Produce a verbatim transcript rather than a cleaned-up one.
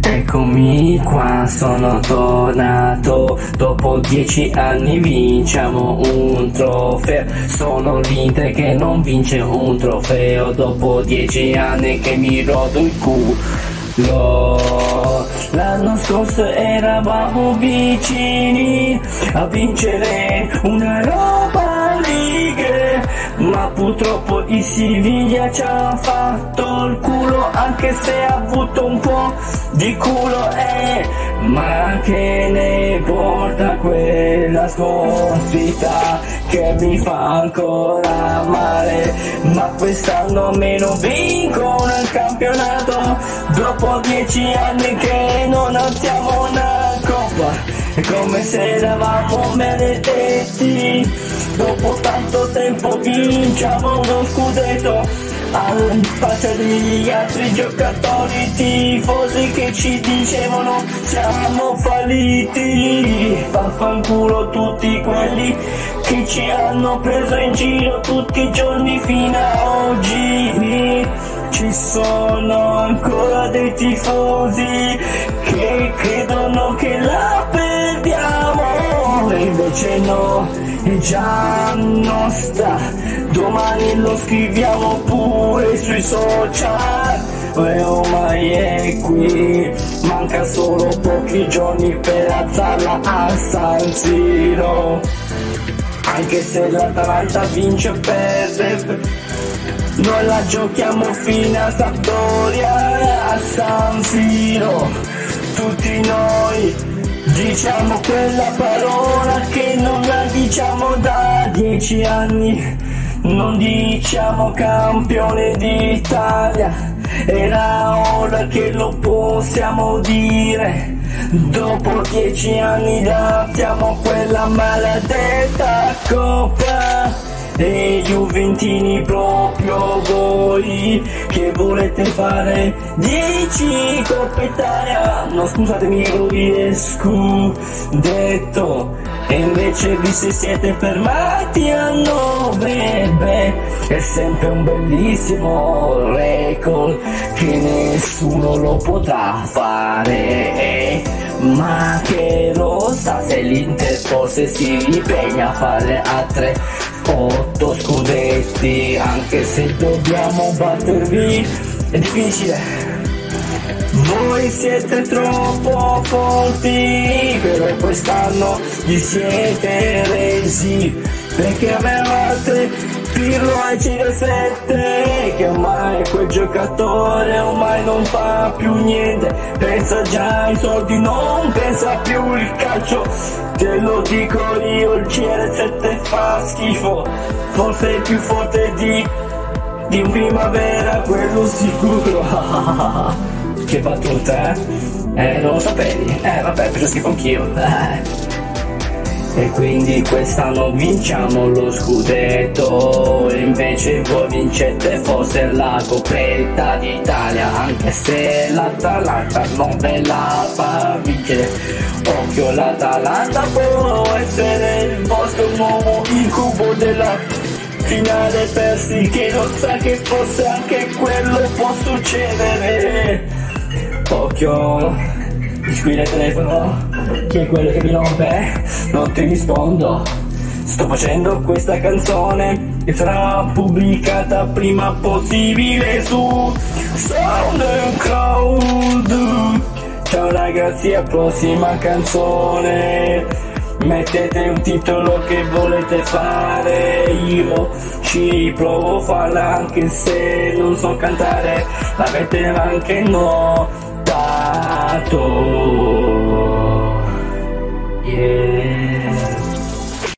Eccomi qua, sono tornato, dopo dieci anni vinciamo un trofeo, sono l'Inter che non vince un trofeo, dopo dieci anni che mi rodo il culo. L'anno scorso eravamo vicini a vincere una Europa League, ma purtroppo il Siviglia ci ha fatto il culo, anche se ha avuto un po' di culo, eh, ma che ne porta quella sconfitta che mi fa ancora male. Ma quest'anno almeno vinco un campionato, dopo dieci anni che non alziamo una coppa, è come se eravamo maledetti. Dopo tanto tempo vinciamo uno scudetto, alla faccia degli altri giocatori tifosi che ci dicevano siamo falliti. Vaffanculo tutti quelli che ci hanno preso in giro tutti i giorni fino a oggi. Ci sono ancora dei tifosi che credono che la perdiamo, e invece no, è già nostra. Domani lo scriviamo pure sui social, e ormai è qui, manca solo pochi giorni per alzarla al San Siro. Anche se l'Atalanta vince o perde, noi la giochiamo fino a Sampdoria al San Siro. Tutti noi diciamo quella parola che non la diciamo da dieci anni, non diciamo campione d'Italia. Era ora che lo possiamo dire, dopo dieci anni daziamo quella maledetta coppa. E Juventini proprio voi che volete fare dieci Coppa Italia, no scusatemi quello di scudetto, e invece vi si siete fermati a nove. Beh, è sempre un bellissimo record che nessuno lo potrà fare, ma che lo sa se l'Inter forse si impegna a fare altre otto scudetti, anche se dobbiamo battervi è difficile. Voi siete troppo forti, però quest'anno vi siete resi, perché avevate Pirlo ai C sette, che ormai quel giocatore ormai non fa più niente, pensa già ai soldi, non pensa più il calcio. Te lo dico io, il C R sette fa schifo, forse è più forte di, di un Primavera, quello sicuro. Che battuta, eh? Eh, non lo sapevi? Eh, vabbè, faccio schifo anch'io. E quindi quest'anno vinciamo lo scudetto, e invece voi vincete forse la Coppa d'Italia, anche se l'Atalanta non ve la fa vincere. Occhio, l'Atalanta può essere il vostro nuovo incubo della finale persi, che non sa che forse anche quello può succedere. Occhio, mi squilla il telefono, chi è quello che mi rompe? Non ti rispondo. Sto facendo questa canzone che sarà pubblicata prima possibile su SoundCloud. Ciao ragazzi, alla prossima canzone. Mettete un titolo che volete fare, io ci provo a farla anche se non so cantare, l'avete anche notato. Yeah.